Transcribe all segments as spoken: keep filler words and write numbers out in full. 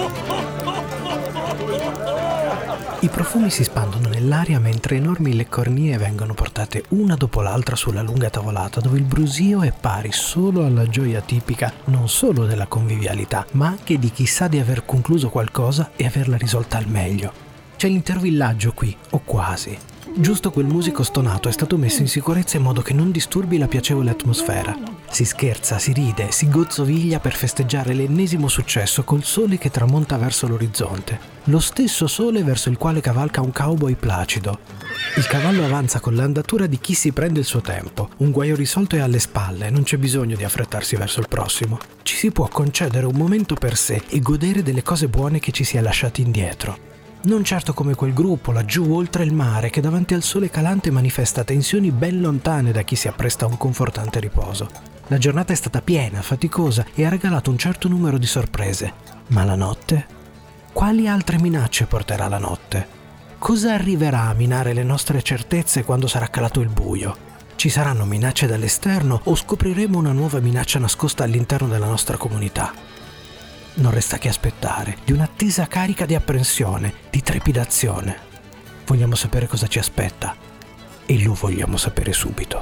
I profumi si spandono nell'aria mentre enormi leccornie vengono portate una dopo l'altra sulla lunga tavolata, dove il brusio è pari solo alla gioia tipica non solo della convivialità, ma anche di chi sa di aver concluso qualcosa e averla risolta al meglio. C'è l'intero villaggio qui, o quasi. Giusto quel musico stonato è stato messo in sicurezza in modo che non disturbi la piacevole atmosfera. Si scherza, si ride, si gozzoviglia per festeggiare l'ennesimo successo col sole che tramonta verso l'orizzonte. Lo stesso sole verso il quale cavalca un cowboy placido. Il cavallo avanza con l'andatura di chi si prende il suo tempo. Un guaio risolto è alle spalle, non c'è bisogno di affrettarsi verso il prossimo. Ci si può concedere un momento per sé e godere delle cose buone che ci si è lasciati indietro. Non certo come quel gruppo laggiù oltre il mare che davanti al sole calante manifesta tensioni ben lontane da chi si appresta a un confortante riposo. La giornata è stata piena, faticosa e ha regalato un certo numero di sorprese. Ma la notte? Quali altre minacce porterà la notte? Cosa arriverà a minare le nostre certezze quando sarà calato il buio? Ci saranno minacce dall'esterno o scopriremo una nuova minaccia nascosta all'interno della nostra comunità? Non resta che aspettare, di un'attesa carica di apprensione, di trepidazione. Vogliamo sapere cosa ci aspetta e lo vogliamo sapere subito.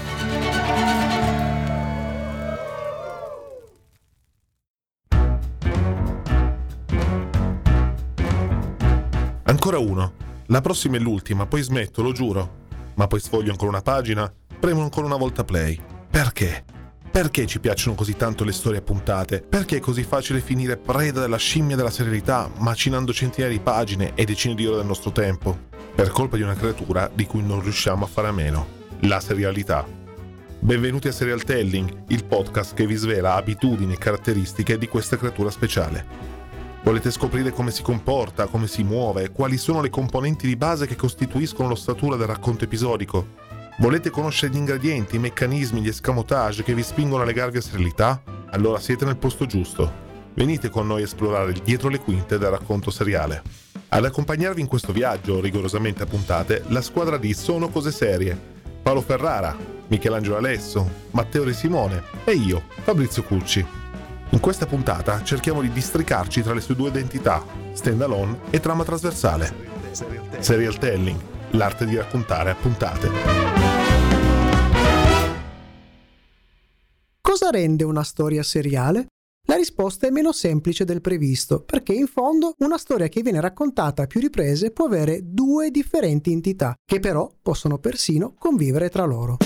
Ancora uno. La prossima è l'ultima, poi smetto, lo giuro. Ma poi sfoglio ancora una pagina, premo ancora una volta play. Perché? Perché ci piacciono così tanto le storie a puntate? Perché è così facile finire preda della scimmia della serialità, macinando centinaia di pagine e decine di ore del nostro tempo? Per colpa di una creatura di cui non riusciamo a fare a meno: la serialità. Benvenuti a Serial Telling, il podcast che vi svela abitudini e caratteristiche di questa creatura speciale. Volete scoprire come si comporta, come si muove, quali sono le componenti di base che costituiscono l'ossatura del racconto episodico? Volete conoscere gli ingredienti, i meccanismi, gli escamotage che vi spingono a legarvi a serialità? Allora siete nel posto giusto. Venite con noi a esplorare il dietro le quinte del racconto seriale. Ad accompagnarvi in questo viaggio, rigorosamente a puntate, la squadra di Sono Cose Serie: Paolo Ferrara, Michelangelo Alesso, Matteo De Simone e io, Fabrizio Curci. In questa puntata cerchiamo di districarci tra le sue due identità, stand alone e trama trasversale. Serial Telling, l'arte di raccontare a puntate. Cosa rende una storia seriale? La risposta è meno semplice del previsto, perché in fondo una storia che viene raccontata a più riprese può avere due differenti entità, che però possono persino convivere tra loro.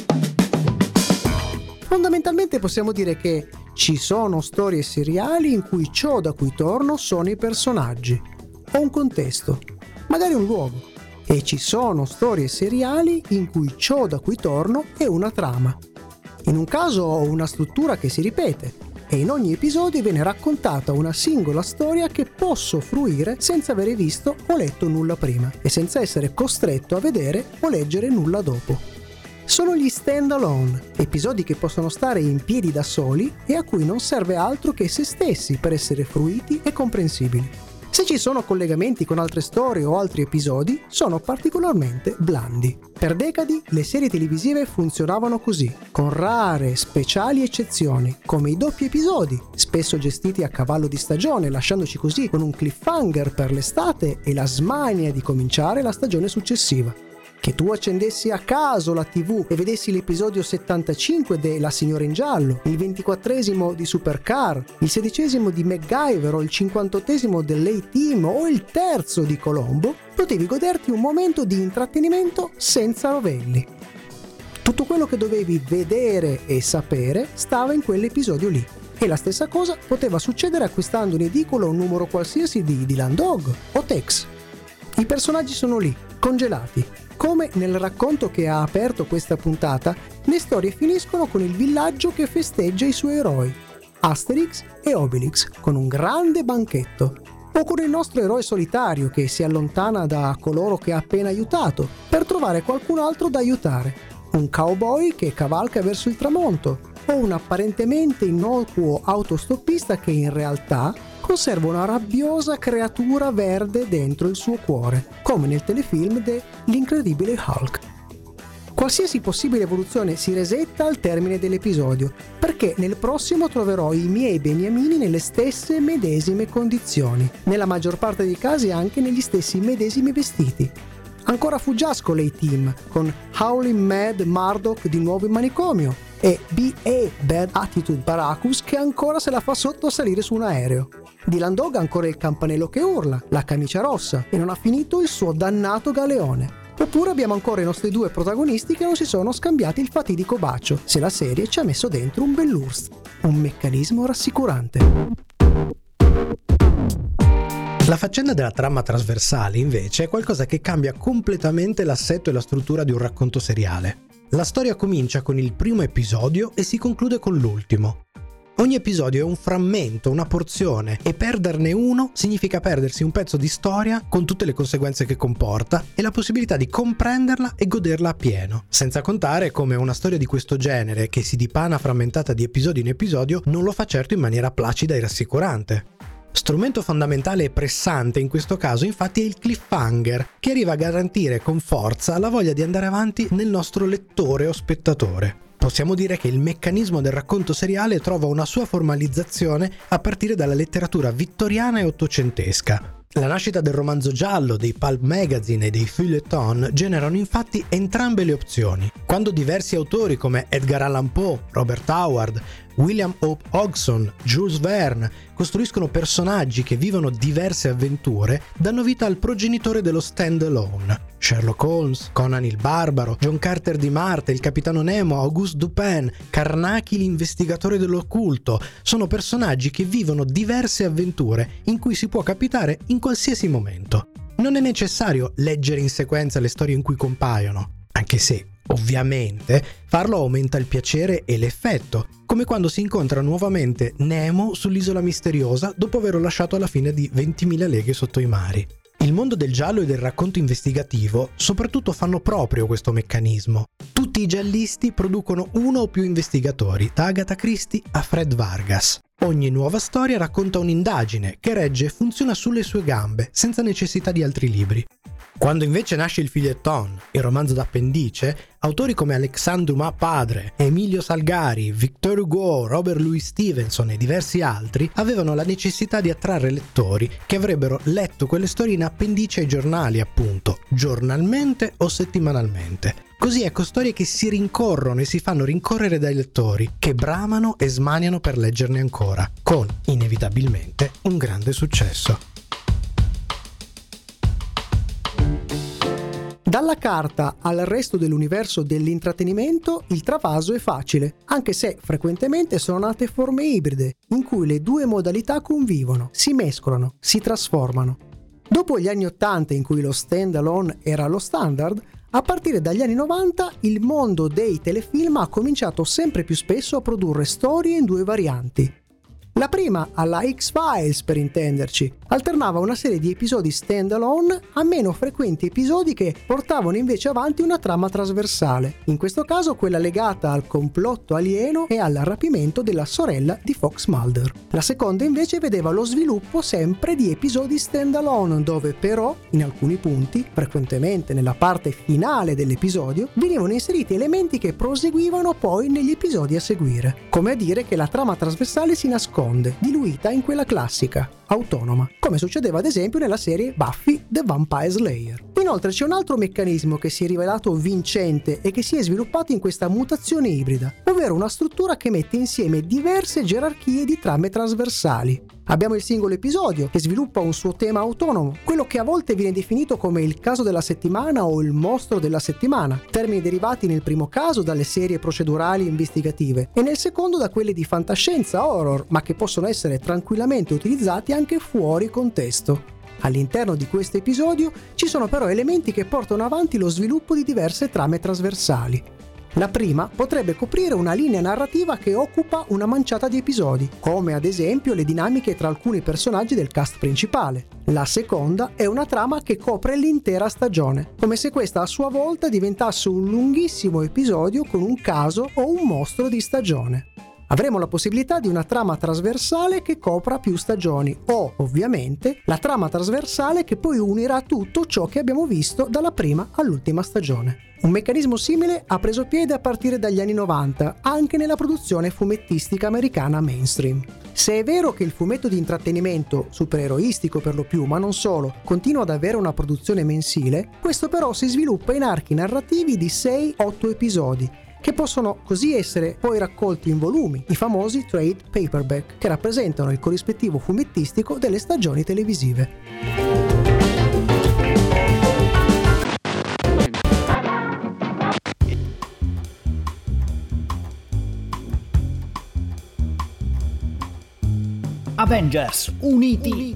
Fondamentalmente possiamo dire che ci sono storie seriali in cui ciò da cui torno sono i personaggi, o un contesto, magari un luogo, e ci sono storie seriali in cui ciò da cui torno è una trama. In un caso ho una struttura che si ripete e in ogni episodio viene raccontata una singola storia che posso fruire senza avere visto o letto nulla prima e senza essere costretto a vedere o leggere nulla dopo. Sono gli stand alone, episodi che possono stare in piedi da soli e a cui non serve altro che se stessi per essere fruiti e comprensibili. Se ci sono collegamenti con altre storie o altri episodi, sono particolarmente blandi. Per decadi le serie televisive funzionavano così, con rare, speciali eccezioni, come i doppi episodi, spesso gestiti a cavallo di stagione, lasciandoci così con un cliffhanger per l'estate e la smania di cominciare la stagione successiva. Che tu accendessi a caso la tivù e vedessi l'episodio settantacinque de La signora in giallo, il ventiquattresimo di Supercar, il sedicesimo di MacGyver o il cinquantottesimo dell'A-Team o il terzo di Colombo, potevi goderti un momento di intrattenimento senza rovelli. Tutto quello che dovevi vedere e sapere stava in quell'episodio lì. E la stessa cosa poteva succedere acquistando in edicola un numero qualsiasi di Dylan Dog o Tex. I personaggi sono lì, congelati. Come nel racconto che ha aperto questa puntata, le storie finiscono con il villaggio che festeggia i suoi eroi, Asterix e Obelix, con un grande banchetto. O con il nostro eroe solitario che si allontana da coloro che ha appena aiutato per trovare qualcun altro da aiutare. Un cowboy che cavalca verso il tramonto o un apparentemente innocuo autostoppista che in realtà conserva una rabbiosa creatura verde dentro il suo cuore, come nel telefilm de L'Incredibile Hulk. Qualsiasi possibile evoluzione si resetta al termine dell'episodio, perché nel prossimo troverò i miei beniamini nelle stesse medesime condizioni, nella maggior parte dei casi anche negli stessi medesimi vestiti. Ancora fuggiasco l'A-Team, con Howling Mad Murdoch di nuovo in manicomio, e B A Bad Attitude Baracus che ancora se la fa sotto a salire su un aereo. Dylan Dog ha ancora il campanello che urla, la camicia rossa, e non ha finito il suo dannato galeone. Oppure abbiamo ancora i nostri due protagonisti che non si sono scambiati il fatidico bacio, se la serie ci ha messo dentro un bell'U R S S, un meccanismo rassicurante. La faccenda della trama trasversale, invece, è qualcosa che cambia completamente l'assetto e la struttura di un racconto seriale. La storia comincia con il primo episodio e si conclude con l'ultimo. Ogni episodio è un frammento, una porzione, e perderne uno significa perdersi un pezzo di storia con tutte le conseguenze che comporta e la possibilità di comprenderla e goderla appieno. Senza contare come una storia di questo genere, che si dipana frammentata di episodio in episodio, non lo fa certo in maniera placida e rassicurante. Strumento fondamentale e pressante in questo caso infatti è il cliffhanger, che arriva a garantire con forza la voglia di andare avanti nel nostro lettore o spettatore. Possiamo dire che il meccanismo del racconto seriale trova una sua formalizzazione a partire dalla letteratura vittoriana e ottocentesca. La nascita del romanzo giallo, dei pulp magazine e dei feuilleton generano infatti entrambe le opzioni. Quando diversi autori come Edgar Allan Poe, Robert Howard, William Hope Hodgson, Jules Verne costruiscono personaggi che vivono diverse avventure, danno vita al progenitore dello stand-alone. Sherlock Holmes, Conan il Barbaro, John Carter di Marte, il Capitano Nemo, Auguste Dupin, Carnacki l'investigatore dell'occulto, sono personaggi che vivono diverse avventure in cui si può capitare in qualsiasi momento. Non è necessario leggere in sequenza le storie in cui compaiono, anche se, ovviamente, farlo aumenta il piacere e l'effetto, come quando si incontra nuovamente Nemo sull'isola misteriosa dopo averlo lasciato alla fine di ventimila leghe sotto i mari. Il mondo del giallo e del racconto investigativo soprattutto fanno proprio questo meccanismo. Tutti i giallisti producono uno o più investigatori, da Agatha Christie a Fred Vargas. Ogni nuova storia racconta un'indagine che regge e funziona sulle sue gambe, senza necessità di altri libri. Quando invece nasce il feuilleton, il romanzo d'appendice, autori come Alexandre Dumas padre, Emilio Salgari, Victor Hugo, Robert Louis Stevenson e diversi altri avevano la necessità di attrarre lettori che avrebbero letto quelle storie in appendice ai giornali, appunto, giornalmente o settimanalmente. Così ecco storie che si rincorrono e si fanno rincorrere dai lettori, che bramano e smaniano per leggerne ancora, con, inevitabilmente, un grande successo. Dalla carta al resto dell'universo dell'intrattenimento il travaso è facile, anche se frequentemente sono nate forme ibride, in cui le due modalità convivono, si mescolano, si trasformano. Dopo gli anni ottanta in cui lo stand-alone era lo standard, a partire dagli anni novanta il mondo dei telefilm ha cominciato sempre più spesso a produrre storie in due varianti. La prima, alla X-Files per intenderci, alternava una serie di episodi stand-alone a meno frequenti episodi che portavano invece avanti una trama trasversale, in questo caso quella legata al complotto alieno e al rapimento della sorella di Fox Mulder. La seconda invece vedeva lo sviluppo sempre di episodi stand-alone, dove però, in alcuni punti, frequentemente nella parte finale dell'episodio, venivano inseriti elementi che proseguivano poi negli episodi a seguire, come a dire che la trama trasversale si nasconde diluita in quella classica, autonoma, come succedeva ad esempio nella serie Buffy the Vampire Slayer. Inoltre c'è un altro meccanismo che si è rivelato vincente e che si è sviluppato in questa mutazione ibrida, ovvero una struttura che mette insieme diverse gerarchie di trame trasversali. Abbiamo il singolo episodio che sviluppa un suo tema autonomo, quello che a volte viene definito come il caso della settimana o il mostro della settimana, termini derivati nel primo caso dalle serie procedurali investigative e nel secondo da quelle di fantascienza horror, ma che possono essere tranquillamente utilizzati anche fuori contesto. All'interno di questo episodio ci sono però elementi che portano avanti lo sviluppo di diverse trame trasversali. La prima potrebbe coprire una linea narrativa che occupa una manciata di episodi, come ad esempio le dinamiche tra alcuni personaggi del cast principale. La seconda è una trama che copre l'intera stagione, come se questa a sua volta diventasse un lunghissimo episodio con un caso o un mostro di stagione. Avremo la possibilità di una trama trasversale che copra più stagioni o, ovviamente, la trama trasversale che poi unirà tutto ciò che abbiamo visto dalla prima all'ultima stagione. Un meccanismo simile ha preso piede a partire dagli anni novanta, anche nella produzione fumettistica americana mainstream. Se è vero che il fumetto di intrattenimento, supereroistico per lo più, ma non solo, continua ad avere una produzione mensile, questo però si sviluppa in archi narrativi di sei otto episodi, che possono così essere poi raccolti in volumi, i famosi trade paperback, che rappresentano il corrispettivo fumettistico delle stagioni televisive. Avengers uniti.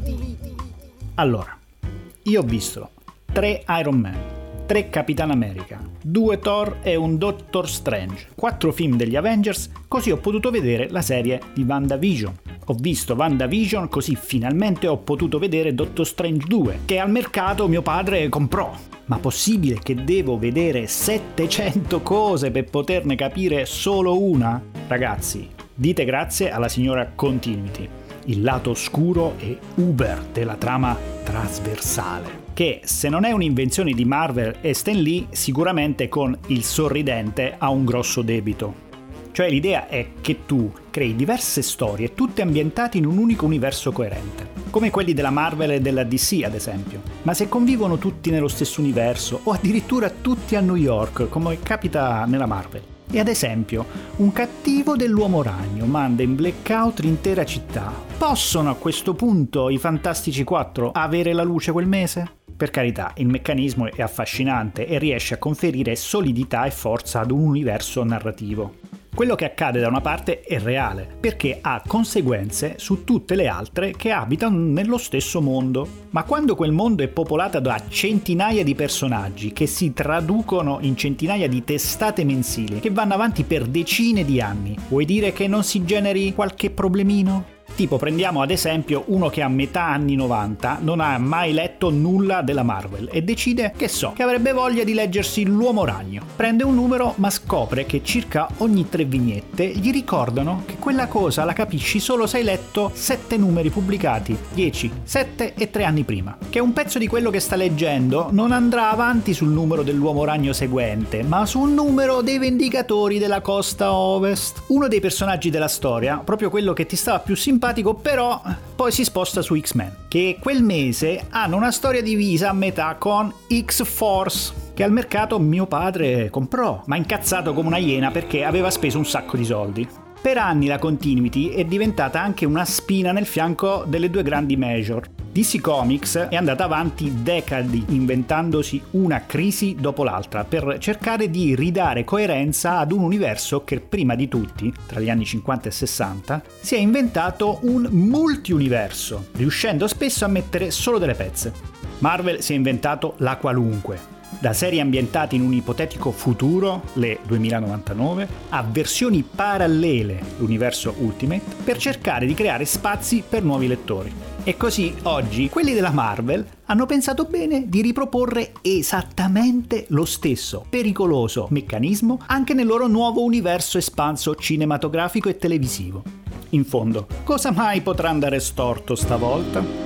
Allora, io ho visto tre Iron Man, tre Capitan America, due Thor e un Doctor Strange, quattro film degli Avengers, così ho potuto vedere la serie di WandaVision. Ho visto WandaVision, così finalmente ho potuto vedere Doctor Strange due, che al mercato mio padre comprò. Ma possibile che devo vedere settecento cose per poterne capire solo una? Ragazzi, dite grazie alla signora Continuity, il lato oscuro e uber della trama trasversale, che se non è un'invenzione di Marvel e Stan Lee, sicuramente con il sorridente ha un grosso debito. Cioè l'idea è che tu crei diverse storie, tutte ambientate in un unico universo coerente, come quelli della Marvel e della D C ad esempio, ma se convivono tutti nello stesso universo o addirittura tutti a New York, come capita nella Marvel. E ad esempio, un cattivo dell'Uomo Ragno manda in blackout l'intera città. Possono a questo punto i Fantastici quattro avere la luce quel mese? Per carità, il meccanismo è affascinante e riesce a conferire solidità e forza ad un universo narrativo. Quello che accade da una parte è reale, perché ha conseguenze su tutte le altre che abitano nello stesso mondo. Ma quando quel mondo è popolato da centinaia di personaggi che si traducono in centinaia di testate mensili che vanno avanti per decine di anni, vuoi dire che non si generi qualche problemino? Tipo, prendiamo ad esempio uno che a metà anni novanta non ha mai letto nulla della Marvel e decide, che so, che avrebbe voglia di leggersi l'Uomo Ragno. Prende un numero ma scopre che circa ogni tre vignette gli ricordano che quella cosa la capisci solo se hai letto sette numeri pubblicati, dieci, sette e tre anni prima. Che un pezzo di quello che sta leggendo non andrà avanti sul numero dell'Uomo Ragno seguente, ma su un numero dei Vendicatori della Costa Ovest. Uno dei personaggi della storia, proprio quello che ti stava più simpatico, però poi si sposta su X-Men, che quel mese hanno una storia divisa a metà con X-Force, che al mercato mio padre comprò, ma incazzato come una iena perché aveva speso un sacco di soldi. Per anni la Continuity è diventata anche una spina nel fianco delle due grandi major. D C Comics è andata avanti decadi inventandosi una crisi dopo l'altra per cercare di ridare coerenza ad un universo che prima di tutti, tra gli anni cinquanta e sessanta, si è inventato un multiuniverso, riuscendo spesso a mettere solo delle pezze. Marvel si è inventato la qualunque, da serie ambientate in un ipotetico futuro, le duemilanovantanove, a versioni parallele, l'universo Ultimate, per cercare di creare spazi per nuovi lettori. E così oggi quelli della Marvel hanno pensato bene di riproporre esattamente lo stesso pericoloso meccanismo anche nel loro nuovo universo espanso cinematografico e televisivo. In fondo, cosa mai potrà andare storto stavolta?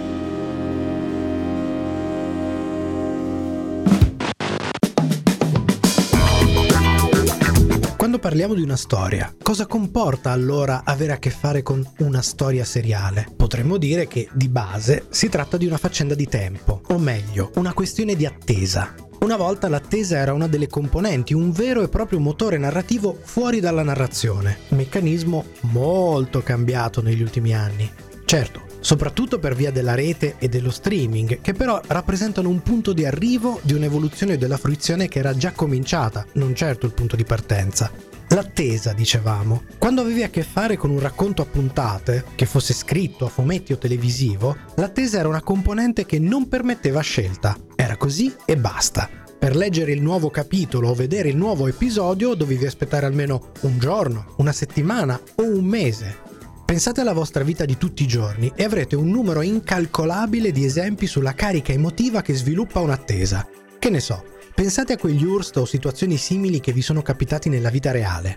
Quando parliamo di una storia, cosa comporta allora avere a che fare con una storia seriale? Potremmo dire che di base si tratta di una faccenda di tempo, o meglio, una questione di attesa. Una volta l'attesa era una delle componenti, un vero e proprio motore narrativo fuori dalla narrazione, un meccanismo molto cambiato negli ultimi anni. Certo, soprattutto per via della rete e dello streaming, che però rappresentano un punto di arrivo di un'evoluzione della fruizione che era già cominciata, non certo il punto di partenza. L'attesa, dicevamo. Quando avevi a che fare con un racconto a puntate, che fosse scritto a fumetti o televisivo, l'attesa era una componente che non permetteva scelta. Era così e basta. Per leggere il nuovo capitolo o vedere il nuovo episodio dovevi aspettare almeno un giorno, una settimana o un mese. Pensate alla vostra vita di tutti i giorni e avrete un numero incalcolabile di esempi sulla carica emotiva che sviluppa un'attesa. Che ne so, pensate a quegli urst o situazioni simili che vi sono capitati nella vita reale.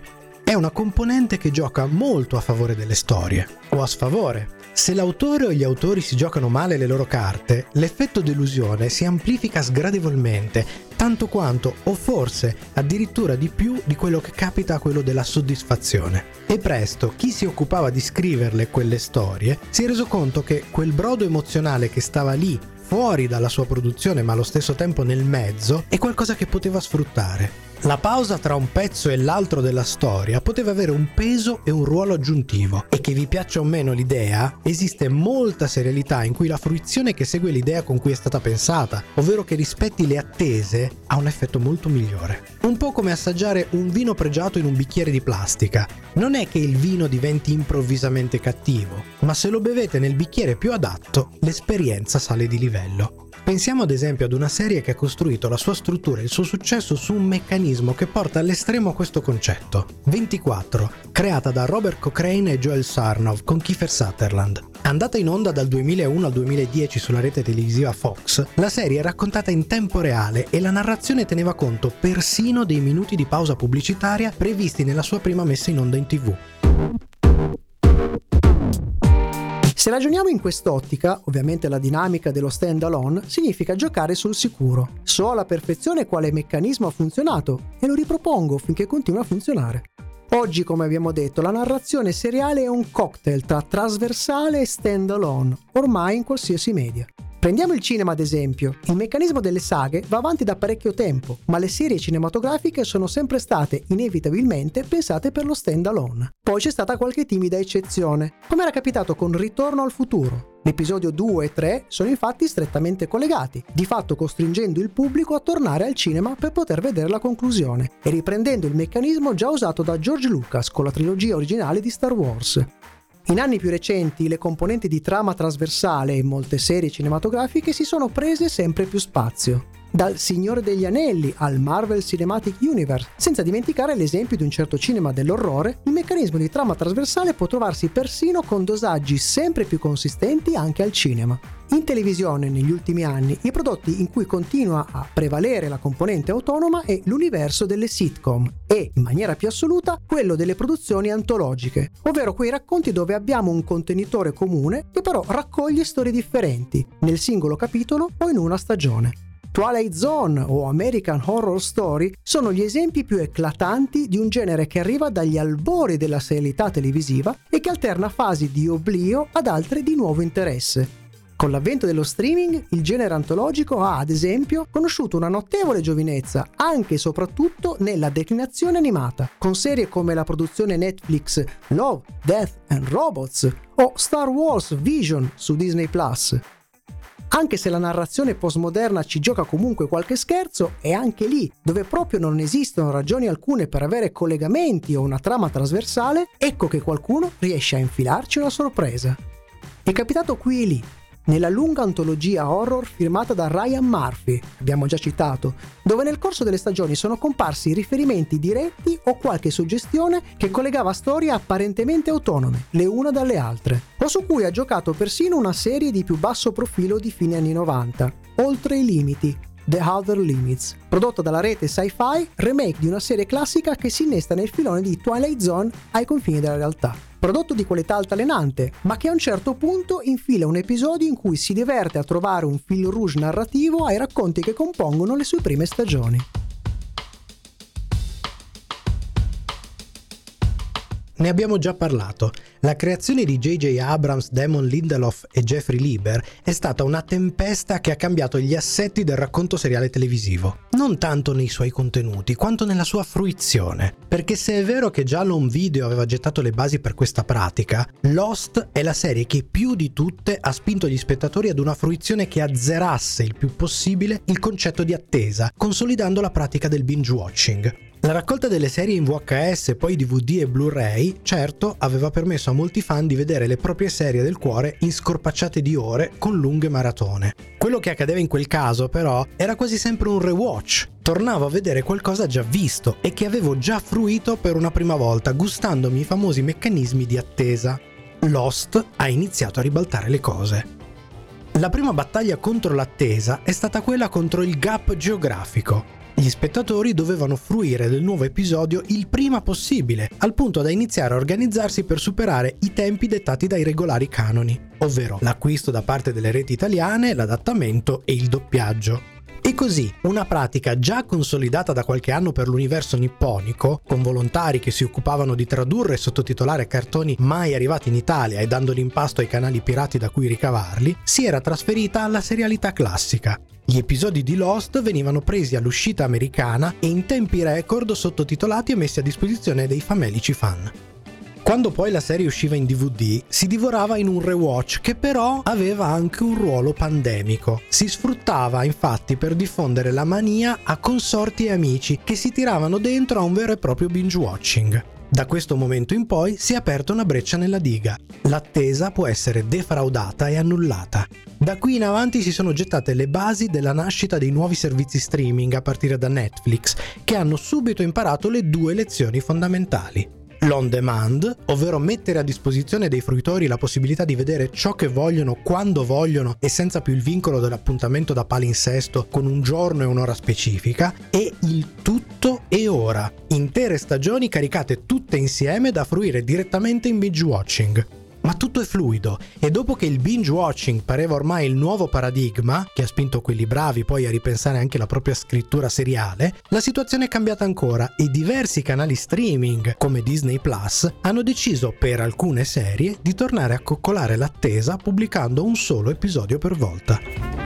È una componente che gioca molto a favore delle storie, o a sfavore. Se l'autore o gli autori si giocano male le loro carte, l'effetto delusione si amplifica sgradevolmente, tanto quanto, o forse addirittura di più, di quello che capita a quello della soddisfazione. E presto chi si occupava di scriverle quelle storie si è reso conto che quel brodo emozionale che stava lì, fuori dalla sua produzione ma allo stesso tempo nel mezzo, è qualcosa che poteva sfruttare. La pausa tra un pezzo e l'altro della storia poteva avere un peso e un ruolo aggiuntivo, e che vi piaccia o meno l'idea, esiste molta serialità in cui la fruizione che segue l'idea con cui è stata pensata, ovvero che rispetti le attese, ha un effetto molto migliore. Un po' come assaggiare un vino pregiato in un bicchiere di plastica. Non è che il vino diventi improvvisamente cattivo, ma se lo bevete nel bicchiere più adatto, l'esperienza sale di livello. Pensiamo ad esempio ad una serie che ha costruito la sua struttura e il suo successo su un meccanismo che porta all'estremo questo concetto. ventiquattro, creata da Robert Cochrane e Joel Sarnoff con Kiefer Sutherland. Andata in onda dal duemilauno al duemiladieci sulla rete televisiva Fox, la serie è raccontata in tempo reale e la narrazione teneva conto persino dei minuti di pausa pubblicitaria previsti nella sua prima messa in onda in tivù. Se ragioniamo in quest'ottica, ovviamente la dinamica dello stand-alone significa giocare sul sicuro. So alla perfezione quale meccanismo ha funzionato e lo ripropongo finché continua a funzionare. Oggi, come abbiamo detto, la narrazione seriale è un cocktail tra trasversale e stand-alone, ormai in qualsiasi media. Prendiamo il cinema ad esempio. Il meccanismo delle saghe va avanti da parecchio tempo, ma le serie cinematografiche sono sempre state inevitabilmente pensate per lo stand-alone. Poi c'è stata qualche timida eccezione, come era capitato con Ritorno al futuro. L'episodio due e tre sono infatti strettamente collegati, di fatto costringendo il pubblico a tornare al cinema per poter vedere la conclusione, e riprendendo il meccanismo già usato da George Lucas con la trilogia originale di Star Wars. In anni più recenti le componenti di trama trasversale in molte serie cinematografiche si sono prese sempre più spazio. Dal Signore degli Anelli al Marvel Cinematic Universe, senza dimenticare l'esempio di un certo cinema dell'orrore, il meccanismo di trama trasversale può trovarsi persino con dosaggi sempre più consistenti anche al cinema. In televisione negli ultimi anni i prodotti in cui continua a prevalere la componente autonoma è l'universo delle sitcom e, in maniera più assoluta, quello delle produzioni antologiche, ovvero quei racconti dove abbiamo un contenitore comune che però raccoglie storie differenti, nel singolo capitolo o in una stagione. Twilight Zone o American Horror Story sono gli esempi più eclatanti di un genere che arriva dagli albori della serialità televisiva e che alterna fasi di oblio ad altre di nuovo interesse. Con l'avvento dello streaming, il genere antologico ha, ad esempio, conosciuto una notevole giovinezza anche e soprattutto nella declinazione animata, con serie come la produzione Netflix Love, Death and Robots o Star Wars Vision su Disney plus. Anche se la narrazione postmoderna ci gioca comunque qualche scherzo, è anche lì, dove proprio non esistono ragioni alcune per avere collegamenti o una trama trasversale, ecco che qualcuno riesce a infilarci una sorpresa. È capitato qui e lì, nella lunga antologia horror firmata da Ryan Murphy, abbiamo già citato, dove nel corso delle stagioni sono comparsi riferimenti diretti o qualche suggestione che collegava storie apparentemente autonome, le une dalle altre, o su cui ha giocato persino una serie di più basso profilo di fine anni novanta, Oltre i limiti, The Outer Limits, prodotta dalla rete Sci-Fi, remake di una serie classica che si innesta nel filone di Twilight Zone ai confini della realtà. Prodotto di qualità altalenante, ma che a un certo punto infila un episodio in cui si diverte a trovare un fil rouge narrativo ai racconti che compongono le sue prime stagioni. Ne abbiamo già parlato. La creazione di J J Abrams, Damon Lindelof e Jeffrey Lieber è stata una tempesta che ha cambiato gli assetti del racconto seriale televisivo. Non tanto nei suoi contenuti, quanto nella sua fruizione. Perché se è vero che già l'home video aveva gettato le basi per questa pratica, Lost è la serie che più di tutte ha spinto gli spettatori ad una fruizione che azzerasse il più possibile il concetto di attesa, consolidando la pratica del binge watching. La raccolta delle serie in V H S, poi D V D e Blu-ray, certo, aveva permesso a molti fan di vedere le proprie serie del cuore in scorpacciate di ore con lunghe maratone. Quello che accadeva in quel caso, però, era quasi sempre un rewatch. Tornavo a vedere qualcosa già visto e che avevo già fruito per una prima volta, gustandomi i famosi meccanismi di attesa. Lost ha iniziato a ribaltare le cose. La prima battaglia contro l'attesa è stata quella contro il gap geografico. Gli spettatori dovevano fruire del nuovo episodio il prima possibile, al punto da iniziare a organizzarsi per superare i tempi dettati dai regolari canoni, ovvero l'acquisto da parte delle reti italiane, l'adattamento e il doppiaggio. E così, una pratica già consolidata da qualche anno per l'universo nipponico, con volontari che si occupavano di tradurre e sottotitolare cartoni mai arrivati in Italia e dando l'impasto ai canali pirati da cui ricavarli, si era trasferita alla serialità classica. Gli episodi di Lost venivano presi all'uscita americana e in tempi record sottotitolati e messi a disposizione dei famelici fan. Quando poi la serie usciva in D V D, si divorava in un rewatch che però aveva anche un ruolo pandemico. Si sfruttava infatti per diffondere la mania a consorti e amici che si tiravano dentro a un vero e proprio binge watching. Da questo momento in poi si è aperta una breccia nella diga. L'attesa può essere defraudata e annullata. Da qui in avanti si sono gettate le basi della nascita dei nuovi servizi streaming a partire da Netflix, che hanno subito imparato le due lezioni fondamentali. L'on demand, ovvero mettere a disposizione dei fruitori la possibilità di vedere ciò che vogliono quando vogliono e senza più il vincolo dell'appuntamento da palinsesto con un giorno e un'ora specifica, e il tutto e ora, intere stagioni caricate tutte insieme da fruire direttamente in binge watching. Ma tutto è fluido e dopo che il binge watching pareva ormai il nuovo paradigma, che ha spinto quelli bravi poi a ripensare anche la propria scrittura seriale, la situazione è cambiata ancora e diversi canali streaming, come Disney Plus, hanno deciso per alcune serie di tornare a coccolare l'attesa pubblicando un solo episodio per volta.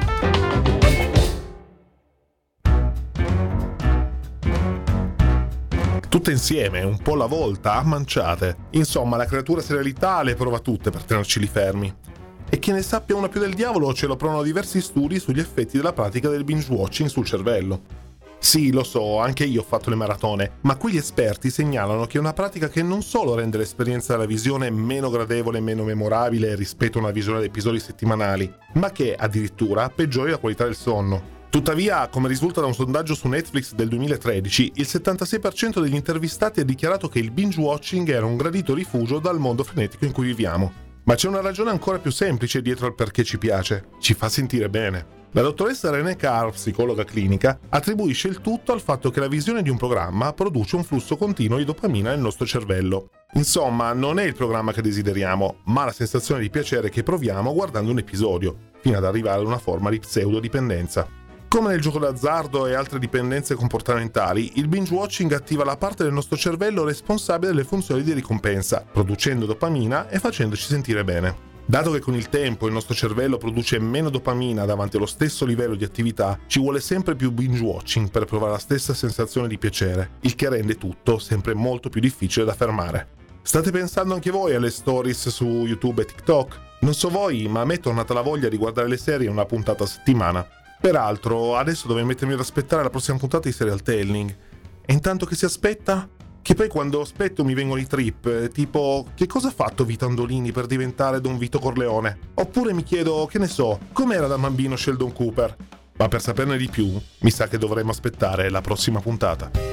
Tutte insieme, un po' alla volta, a manciate. Insomma, la creatura serialità le prova tutte per tenerci lì fermi. E chi ne sappia una più del diavolo ce lo provano diversi studi sugli effetti della pratica del binge watching sul cervello. Sì, lo so, anche io ho fatto le maratone, ma qui gli esperti segnalano che è una pratica che non solo rende l'esperienza della visione meno gradevole e meno memorabile rispetto a una visione di episodi settimanali, ma che addirittura peggiori la qualità del sonno. Tuttavia, come risulta da un sondaggio su Netflix del duemilatredici, il settantasei per cento degli intervistati ha dichiarato che il binge watching era un gradito rifugio dal mondo frenetico in cui viviamo. Ma c'è una ragione ancora più semplice dietro al perché ci piace: ci fa sentire bene. La dottoressa René Carr, psicologa clinica, attribuisce il tutto al fatto che la visione di un programma produce un flusso continuo di dopamina nel nostro cervello. Insomma, non è il programma che desideriamo, ma la sensazione di piacere che proviamo guardando un episodio, fino ad arrivare ad una forma di pseudodipendenza. Come nel gioco d'azzardo e altre dipendenze comportamentali, il binge watching attiva la parte del nostro cervello responsabile delle funzioni di ricompensa, producendo dopamina e facendoci sentire bene. Dato che con il tempo il nostro cervello produce meno dopamina davanti allo stesso livello di attività, ci vuole sempre più binge watching per provare la stessa sensazione di piacere, il che rende tutto sempre molto più difficile da fermare. State pensando anche voi alle stories su YouTube e TikTok? Non so voi, ma a me è tornata la voglia di guardare le serie una puntata a settimana. Peraltro, adesso dovrei mettermi ad aspettare la prossima puntata di Serial Telling. E intanto che si aspetta? Che poi quando aspetto mi vengono i trip, tipo, che cosa ha fatto Vito Andolini per diventare Don Vito Corleone? Oppure mi chiedo, che ne so, com'era da bambino Sheldon Cooper? Ma per saperne di più, mi sa che dovremmo aspettare la prossima puntata.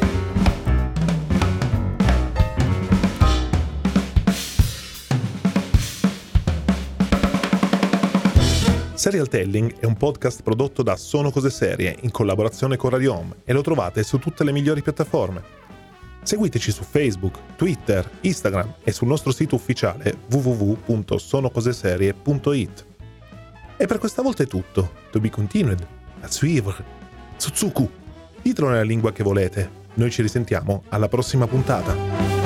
Serial Telling è un podcast prodotto da Sono Cose Serie in collaborazione con Radio Home e lo trovate su tutte le migliori piattaforme. Seguiteci su Facebook, Twitter, Instagram e sul nostro sito ufficiale w w w punto sono cose serie punto i t. E per questa volta è tutto. To be continued. A suivre. Tsutsuku. Ditelo nella lingua che volete. Noi ci risentiamo alla prossima puntata.